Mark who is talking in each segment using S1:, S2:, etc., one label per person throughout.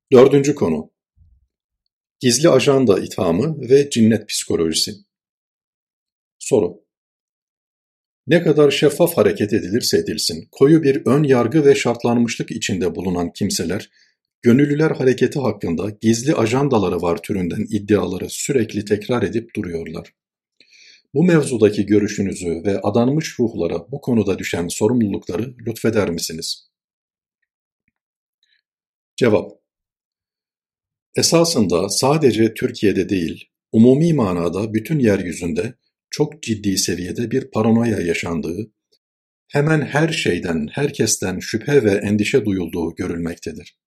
S1: Dördüncü konu: Gizli ajanda ithamı ve cinnet psikolojisi. Soru: Ne kadar şeffaf hareket edilirse edilsin, koyu bir ön yargı ve şartlanmışlık içinde bulunan kimseler, gönüllüler hareketi hakkında gizli ajandaları var türünden iddiaları sürekli tekrar edip duruyorlar. Bu mevzudaki görüşünüzü ve adanmış ruhlara bu konuda düşen sorumlulukları lütfeder misiniz? Cevap: Esasında sadece Türkiye'de değil, umumi manada bütün yeryüzünde çok ciddi seviyede bir paranoya yaşandığı, hemen her şeyden, herkesten şüphe ve endişe duyulduğu görülmektedir.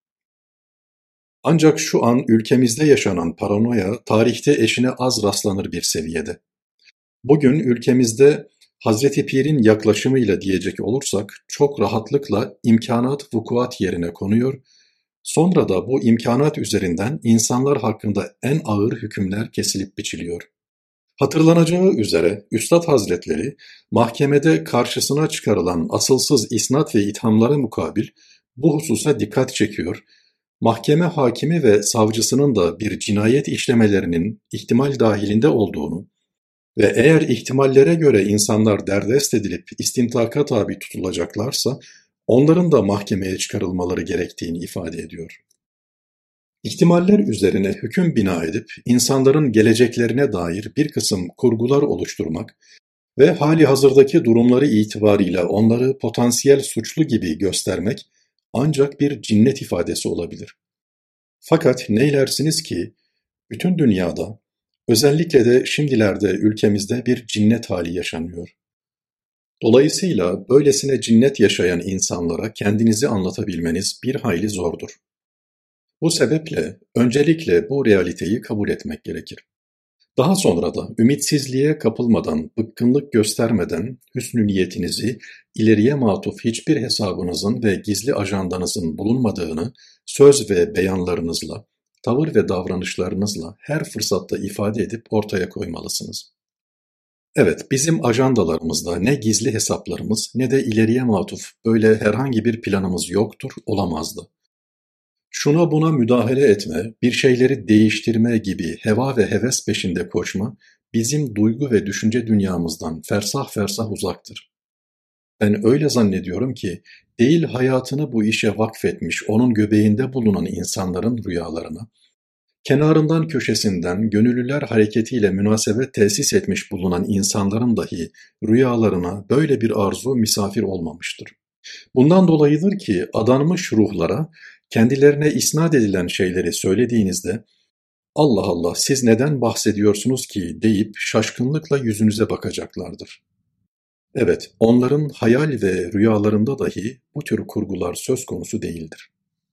S1: Ancak şu an ülkemizde yaşanan paranoya, tarihte eşine az rastlanır bir seviyede. Bugün ülkemizde Hazreti Pir'in yaklaşımıyla diyecek olursak, çok rahatlıkla imkanat vukuat yerine konuyor, sonra da bu imkanat üzerinden insanlar hakkında en ağır hükümler kesilip biçiliyor. Hatırlanacağı üzere Üstad Hazretleri mahkemede karşısına çıkarılan asılsız isnat ve ithamlara mukabil bu hususa dikkat çekiyor, mahkeme hakimi ve savcısının da bir cinayet işlemelerinin ihtimal dahilinde olduğunu ve eğer ihtimallere göre insanlar derdest edilip istintaka tabi tutulacaklarsa onların da mahkemeye çıkarılmaları gerektiğini ifade ediyor. İhtimaller üzerine hüküm bina edip insanların geleceklerine dair bir kısım kurgular oluşturmak ve halihazırdaki durumları itibarıyla onları potansiyel suçlu gibi göstermek ancak bir cinnet ifadesi olabilir. Fakat neylersiniz ki bütün dünyada, özellikle de şimdilerde ülkemizde bir cinnet hali yaşanıyor. Dolayısıyla böylesine cinnet yaşayan insanlara kendinizi anlatabilmeniz bir hayli zordur. Bu sebeple öncelikle bu realiteyi kabul etmek gerekir. Daha sonra da ümitsizliğe kapılmadan, bıkkınlık göstermeden hüsnü niyetinizi, ileriye matuf hiçbir hesabınızın ve gizli ajandanızın bulunmadığını söz ve beyanlarınızla, tavır ve davranışlarınızla her fırsatta ifade edip ortaya koymalısınız. Evet, bizim ajandalarımızda ne gizli hesaplarımız ne de ileriye matuf böyle herhangi bir planımız yoktur, olamazdı. Şuna buna müdahale etme, bir şeyleri değiştirme gibi heva ve heves peşinde koşma, bizim duygu ve düşünce dünyamızdan fersah fersah uzaktır. Ben öyle zannediyorum ki, değil hayatını bu işe vakfetmiş, onun göbeğinde bulunan insanların rüyalarına, kenarından köşesinden gönüllüler hareketiyle münasebet tesis etmiş bulunan insanların dahi rüyalarına böyle bir arzu misafir olmamıştır. Bundan dolayıdır ki adanmış ruhlara kendilerine isnat edilen şeyleri söylediğinizde "Allah Allah, siz neden bahsediyorsunuz ki?" deyip şaşkınlıkla yüzünüze bakacaklardır. Evet, onların hayal ve rüyalarında dahi bu tür kurgular söz konusu değildir.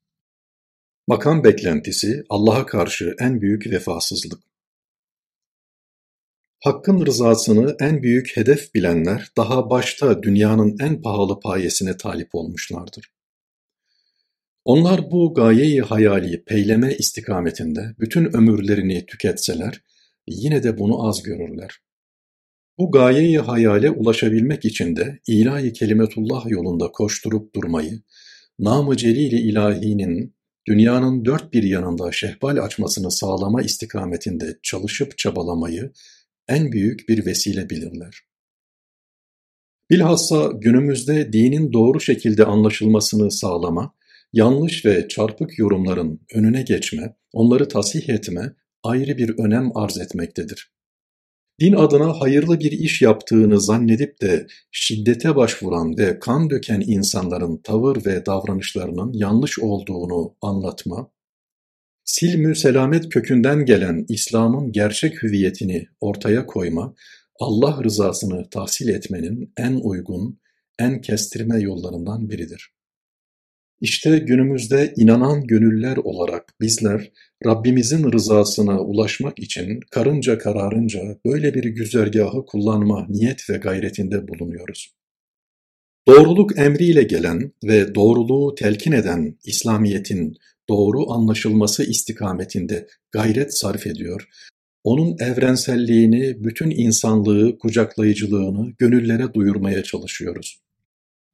S1: Makam beklentisi Allah'a karşı en büyük vefasızlık. Hakkın rızasını en büyük hedef bilenler daha başta dünyanın en pahalı payesine talip olmuşlardır. Onlar bu gaye-i hayali peyleme istikametinde bütün ömürlerini tüketseler, yine de bunu az görürler. Bu gaye-i hayale ulaşabilmek için de ilahi kelimetullah yolunda koşturup durmayı, nam-ı celil-i ilahinin dünyanın dört bir yanında şehbal açmasını sağlama istikametinde çalışıp çabalamayı en büyük bir vesile bilirler. Bilhassa günümüzde dinin doğru şekilde anlaşılmasını sağlama, yanlış ve çarpık yorumların önüne geçme, onları tasih etme ayrı bir önem arz etmektedir. Din adına hayırlı bir iş yaptığını zannedip de şiddete başvuran ve kan döken insanların tavır ve davranışlarının yanlış olduğunu anlatma, silmü selamet kökünden gelen İslam'ın gerçek hüviyetini ortaya koyma, Allah rızasını tahsil etmenin en uygun, en kestirme yollarından biridir. İşte günümüzde inanan gönüller olarak bizler Rabbimizin rızasına ulaşmak için karınca kararınca böyle bir güzergahı kullanma niyet ve gayretinde bulunuyoruz. Doğruluk emriyle gelen ve doğruluğu telkin eden İslamiyet'in doğru anlaşılması istikametinde gayret sarf ediyor, onun evrenselliğini, bütün insanlığı, kucaklayıcılığını gönüllere duyurmaya çalışıyoruz.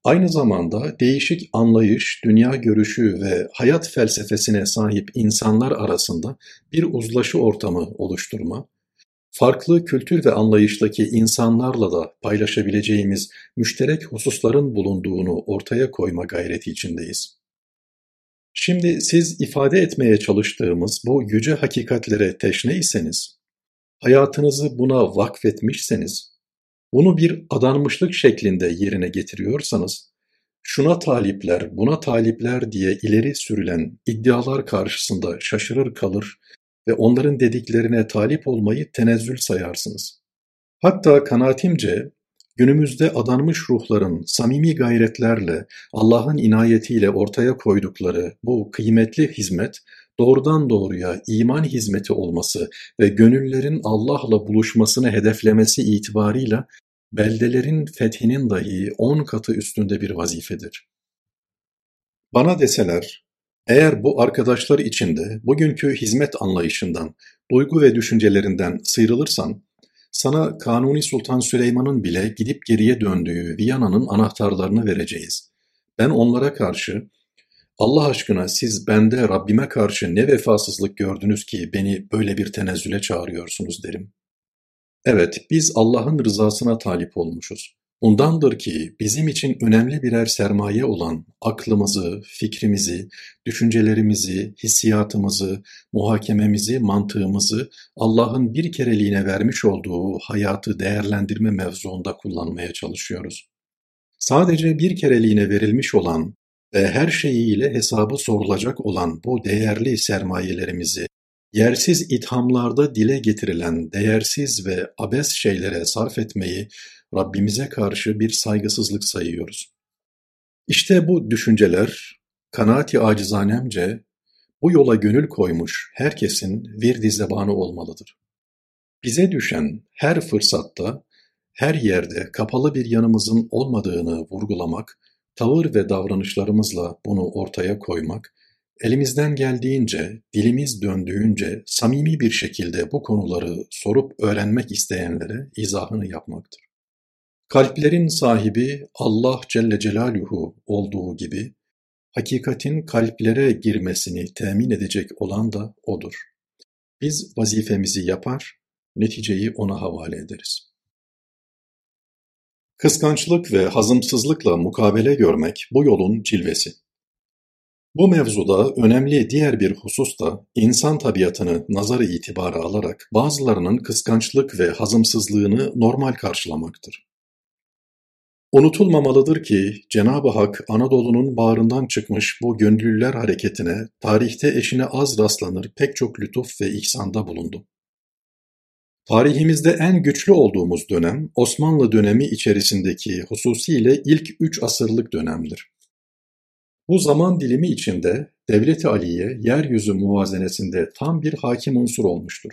S1: Aynı zamanda değişik anlayış, dünya görüşü ve hayat felsefesine sahip insanlar arasında bir uzlaşı ortamı oluşturma, farklı kültür ve anlayıştaki insanlarla da paylaşabileceğimiz müşterek hususların bulunduğunu ortaya koyma gayreti içindeyiz. Şimdi siz ifade etmeye çalıştığımız bu yüce hakikatlere teşneyseniz, hayatınızı buna vakfetmişseniz, bunu bir adanmışlık şeklinde yerine getiriyorsanız, şuna talipler, buna talipler diye ileri sürülen iddialar karşısında şaşırır kalır ve onların dediklerine talip olmayı tenezzül sayarsınız. Hatta kanaatimce günümüzde adanmış ruhların samimi gayretlerle, Allah'ın inayetiyle ortaya koydukları bu kıymetli hizmet, doğrudan doğruya iman hizmeti olması ve gönüllerin Allah'la buluşmasını hedeflemesi itibarıyla beldelerin fethinin dahi 10 katı üstünde bir vazifedir. Bana deseler, eğer bu arkadaşlar içinde bugünkü hizmet anlayışından, duygu ve düşüncelerinden sıyrılırsan, sana Kanuni Sultan Süleyman'ın bile gidip geriye döndüğü Viyana'nın anahtarlarını vereceğiz. Ben onlara karşı, Allah aşkına siz bende Rabbime karşı ne vefasızlık gördünüz ki beni böyle bir tenezzüle çağırıyorsunuz derim. Evet, biz Allah'ın rızasına talip olmuşuz. Bundandır ki bizim için önemli birer sermaye olan aklımızı, fikrimizi, düşüncelerimizi, hissiyatımızı, muhakememizi, mantığımızı Allah'ın bir kereliğine vermiş olduğu hayatı değerlendirme mevzuunda kullanmaya çalışıyoruz. Sadece bir kereliğine verilmiş olan ve her şeyiyle hesabı sorulacak olan bu değerli sermayelerimizi yersiz ithamlarda dile getirilen değersiz ve abes şeylere sarf etmeyi Rabbimize karşı bir saygısızlık sayıyoruz. İşte bu düşünceler kanaati acizanemce bu yola gönül koymuş herkesin virdi zebanı olmalıdır. Bize düşen her fırsatta, her yerde kapalı bir yanımızın olmadığını vurgulamak, tavır ve davranışlarımızla bunu ortaya koymak, elimizden geldiğince, dilimiz döndüğünce samimi bir şekilde bu konuları sorup öğrenmek isteyenlere izahını yapmaktır. Kalplerin sahibi Allah Celle Celaluhu olduğu gibi, hakikatin kalplere girmesini temin edecek olan da O'dur. Biz vazifemizi yapar, neticeyi O'na havale ederiz. Kıskançlık ve hazımsızlıkla mukabele görmek bu yolun cilvesi. Bu mevzuda önemli diğer bir husus da insan tabiatını nazarı itibara alarak bazılarının kıskançlık ve hazımsızlığını normal karşılamaktır. Unutulmamalıdır ki Cenab-ı Hak Anadolu'nun bağrından çıkmış bu gönüllüler hareketine tarihte eşine az rastlanır pek çok lütuf ve ihsanda bulundu. Tarihimizde en güçlü olduğumuz dönem Osmanlı dönemi içerisindeki hususiyle ilk 3 asırlık dönemdir. Bu zaman dilimi içinde Devlet-i Aliye yeryüzü muvazenesinde tam bir hakim unsur olmuştur.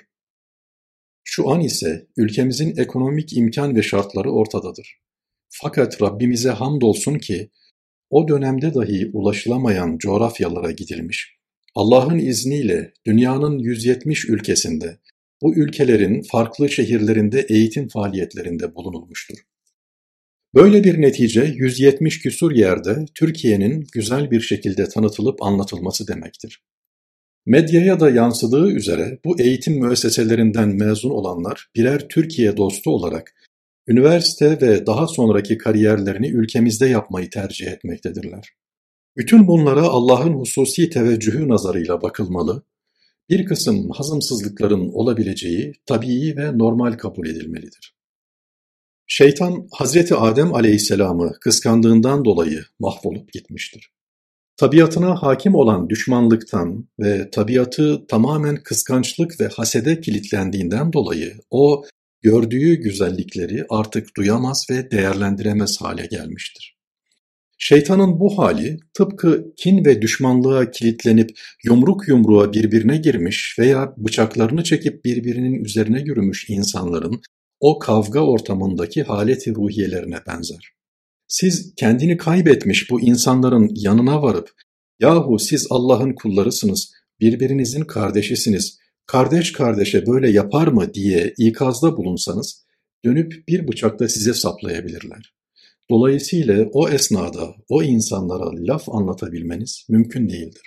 S1: Şu an ise ülkemizin ekonomik imkan ve şartları ortadadır. Fakat Rabbimize hamdolsun ki o dönemde dahi ulaşılamayan coğrafyalara gidilmiş. Allah'ın izniyle dünyanın 170 ülkesinde, bu ülkelerin farklı şehirlerinde eğitim faaliyetlerinde bulunulmuştur. Böyle bir netice 170 küsur yerde Türkiye'nin güzel bir şekilde tanıtılıp anlatılması demektir. Medyaya da yansıdığı üzere bu eğitim müesseselerinden mezun olanlar birer Türkiye dostu olarak üniversite ve daha sonraki kariyerlerini ülkemizde yapmayı tercih etmektedirler. Bütün bunlara Allah'ın hususi teveccühü nazarıyla bakılmalı, bir kısım hazımsızlıkların olabileceği tabii ve normal kabul edilmelidir. Şeytan Hazreti Adem Aleyhisselam'ı kıskandığından dolayı mahvolup gitmiştir. Tabiatına hakim olan düşmanlıktan ve tabiatı tamamen kıskançlık ve hasede kilitlendiğinden dolayı o gördüğü güzellikleri artık duyamaz ve değerlendiremez hale gelmiştir. Şeytanın bu hali tıpkı kin ve düşmanlığa kilitlenip yumruk yumruğa birbirine girmiş veya bıçaklarını çekip birbirinin üzerine yürümüş insanların o kavga ortamındaki haleti ruhiyelerine benzer. Siz kendini kaybetmiş bu insanların yanına varıp, yahu siz Allah'ın kullarısınız, birbirinizin kardeşisiniz, kardeş kardeşe böyle yapar mı diye ikazda bulunsanız, dönüp bir bıçakla size saplayabilirler. Dolayısıyla o esnada o insanlara laf anlatabilmeniz mümkün değildir.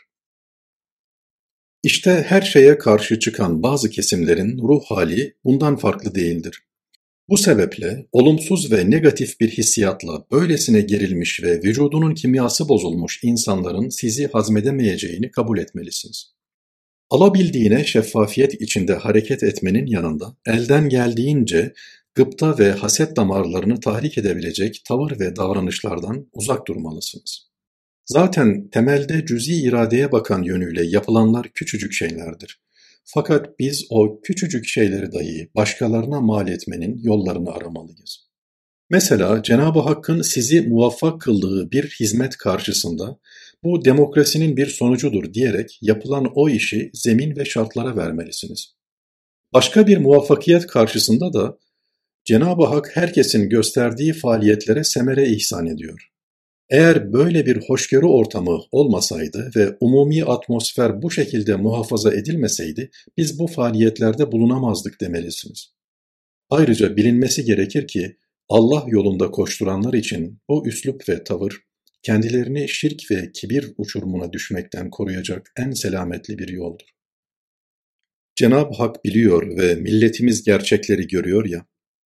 S1: İşte her şeye karşı çıkan bazı kesimlerin ruh hali bundan farklı değildir. Bu sebeple olumsuz ve negatif bir hissiyatla böylesine gerilmiş ve vücudunun kimyası bozulmuş insanların sizi hazmedemeyeceğini kabul etmelisiniz. Alabildiğine şeffafiyet içinde hareket etmenin yanında elden geldiğince gıpta ve haset damarlarını tahrik edebilecek tavır ve davranışlardan uzak durmalısınız. Zaten temelde cüz'i iradeye bakan yönüyle yapılanlar küçücük şeylerdir. Fakat biz o küçücük şeyleri dahi başkalarına mal etmenin yollarını aramalıyız. Mesela Cenab-ı Hakk'ın sizi muvaffak kıldığı bir hizmet karşısında bu demokrasinin bir sonucudur diyerek yapılan o işi zemin ve şartlara vermelisiniz. Başka bir muvaffakiyet karşısında da Cenab-ı Hak herkesin gösterdiği faaliyetlere semere ihsan ediyor. Eğer böyle bir hoşgörü ortamı olmasaydı ve umumi atmosfer bu şekilde muhafaza edilmeseydi biz bu faaliyetlerde bulunamazdık demelisiniz. Ayrıca bilinmesi gerekir ki Allah yolunda koşturanlar için bu üslup ve tavır kendilerini şirk ve kibir uçurumuna düşmekten koruyacak en selametli bir yoldur. Cenab-ı Hak biliyor ve milletimiz gerçekleri görüyor ya,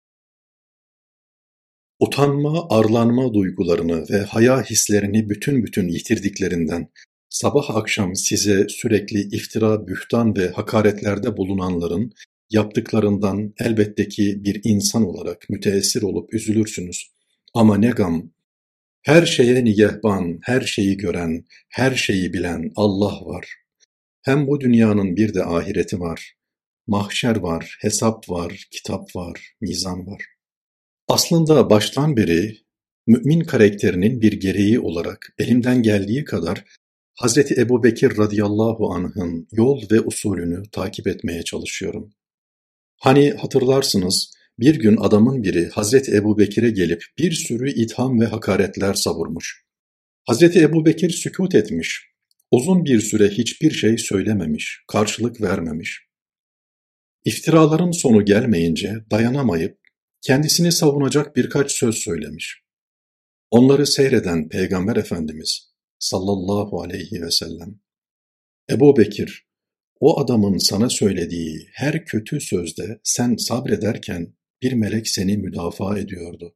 S1: utanma, arlanma duygularını ve haya hislerini bütün bütün yitirdiklerinden, sabah akşam size sürekli iftira, bühtan ve hakaretlerde bulunanların yaptıklarından elbette ki bir insan olarak müteessir olup üzülürsünüz. Ama ne gam, her şeye nigehban, her şeyi gören, her şeyi bilen Allah var. Hem bu dünyanın bir de ahireti var. Mahşer var, hesap var, kitap var, mizan var. Aslında baştan beri mümin karakterinin bir gereği olarak elimden geldiği kadar Hazreti Ebubekir radıyallahu anh'ın yol ve usulünü takip etmeye çalışıyorum. Hani hatırlarsınız bir gün adamın biri Hazreti Ebubekir'e gelip bir sürü itham ve hakaretler savurmuş. Hazreti Ebubekir sükût etmiş. Uzun bir süre hiçbir şey söylememiş, karşılık vermemiş. İftiraların sonu gelmeyince dayanamayıp kendisini savunacak birkaç söz söylemiş. Onları seyreden Peygamber Efendimiz sallallahu aleyhi ve sellem, Ebu Bekir, o adamın sana söylediği her kötü sözde sen sabrederken bir melek seni müdafaa ediyordu.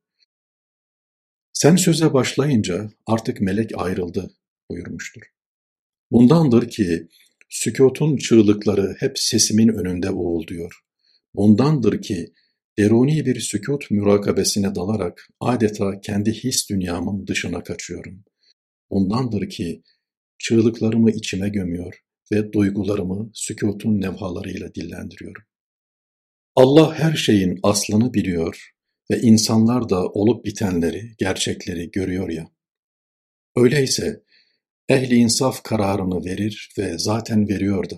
S1: Sen söze başlayınca artık melek ayrıldı buyurmuştur. Bundandır ki sükûtun çığlıkları hep sesimin önünde uğulduyor. Bundandır ki deruni bir sükût mürakabesine dalarak adeta kendi his dünyamın dışına kaçıyorum. Bundandır ki çığlıklarımı içime gömüyor ve duygularımı sükûtun nevhalarıyla dillendiriyorum. Allah her şeyin aslını biliyor ve insanlar da olup bitenleri, gerçekleri görüyor ya. Öyleyse ehli insaf kararını verir ve zaten veriyordu.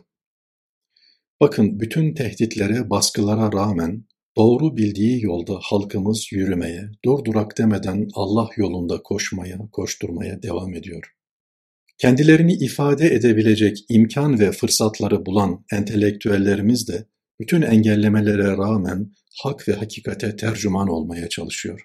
S1: Bakın bütün tehditlere, baskılara rağmen doğru bildiği yolda halkımız yürümeye, durdurak demeden Allah yolunda koşmaya, koşturmaya devam ediyor. Kendilerini ifade edebilecek imkan ve fırsatları bulan entelektüellerimiz de bütün engellemelere rağmen hak ve hakikate tercüman olmaya çalışıyor.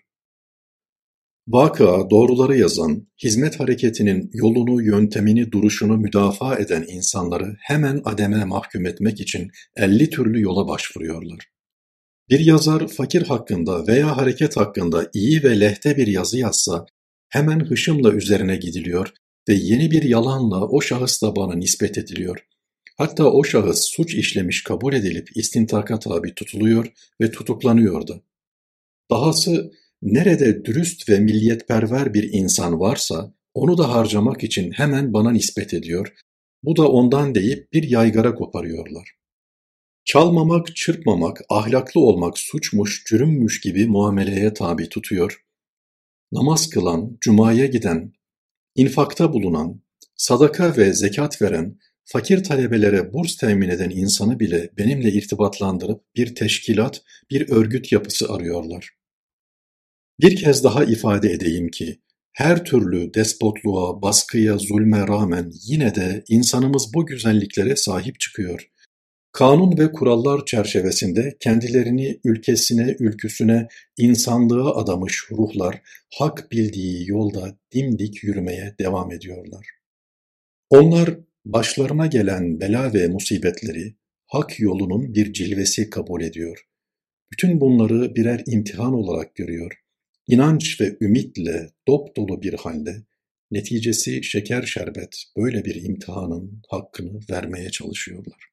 S1: Vakıa doğruları yazan, hizmet hareketinin yolunu, yöntemini, duruşunu müdafaa eden insanları hemen ademe mahkum etmek için 50 türlü yola başvuruyorlar. Bir yazar fakir hakkında veya hareket hakkında iyi ve lehte bir yazı yazsa hemen hışımla üzerine gidiliyor ve yeni bir yalanla o şahıs tabağına nispet ediliyor. Hatta o şahıs suç işlemiş kabul edilip istintaka tabi tutuluyor ve tutuklanıyordu. Dahası nerede dürüst ve milliyetperver bir insan varsa onu da harcamak için hemen bana nispet ediyor, bu da ondan deyip bir yaygara koparıyorlar. Çalmamak, çırpmamak, ahlaklı olmak suçmuş, cürümmüş gibi muameleye tabi tutuyor. Namaz kılan, cumaya giden, infakta bulunan, sadaka ve zekat veren, fakir talebelere burs temin eden insanı bile benimle irtibatlandırıp bir teşkilat, bir örgüt yapısı arıyorlar. Bir kez daha ifade edeyim ki, her türlü despotluğa, baskıya, zulme rağmen yine de insanımız bu güzelliklere sahip çıkıyor. Kanun ve kurallar çerçevesinde kendilerini ülkesine, ülküsüne, insanlığa adamış ruhlar, hak bildiği yolda dimdik yürümeye devam ediyorlar. Onlar başlarına gelen bela ve musibetleri hak yolunun bir cilvesi kabul ediyor. Bütün bunları birer imtihan olarak görüyor. İnanç ve ümitle dopdolu bir halde, neticesi şeker şerbet böyle bir imtihanın hakkını vermeye çalışıyorlar.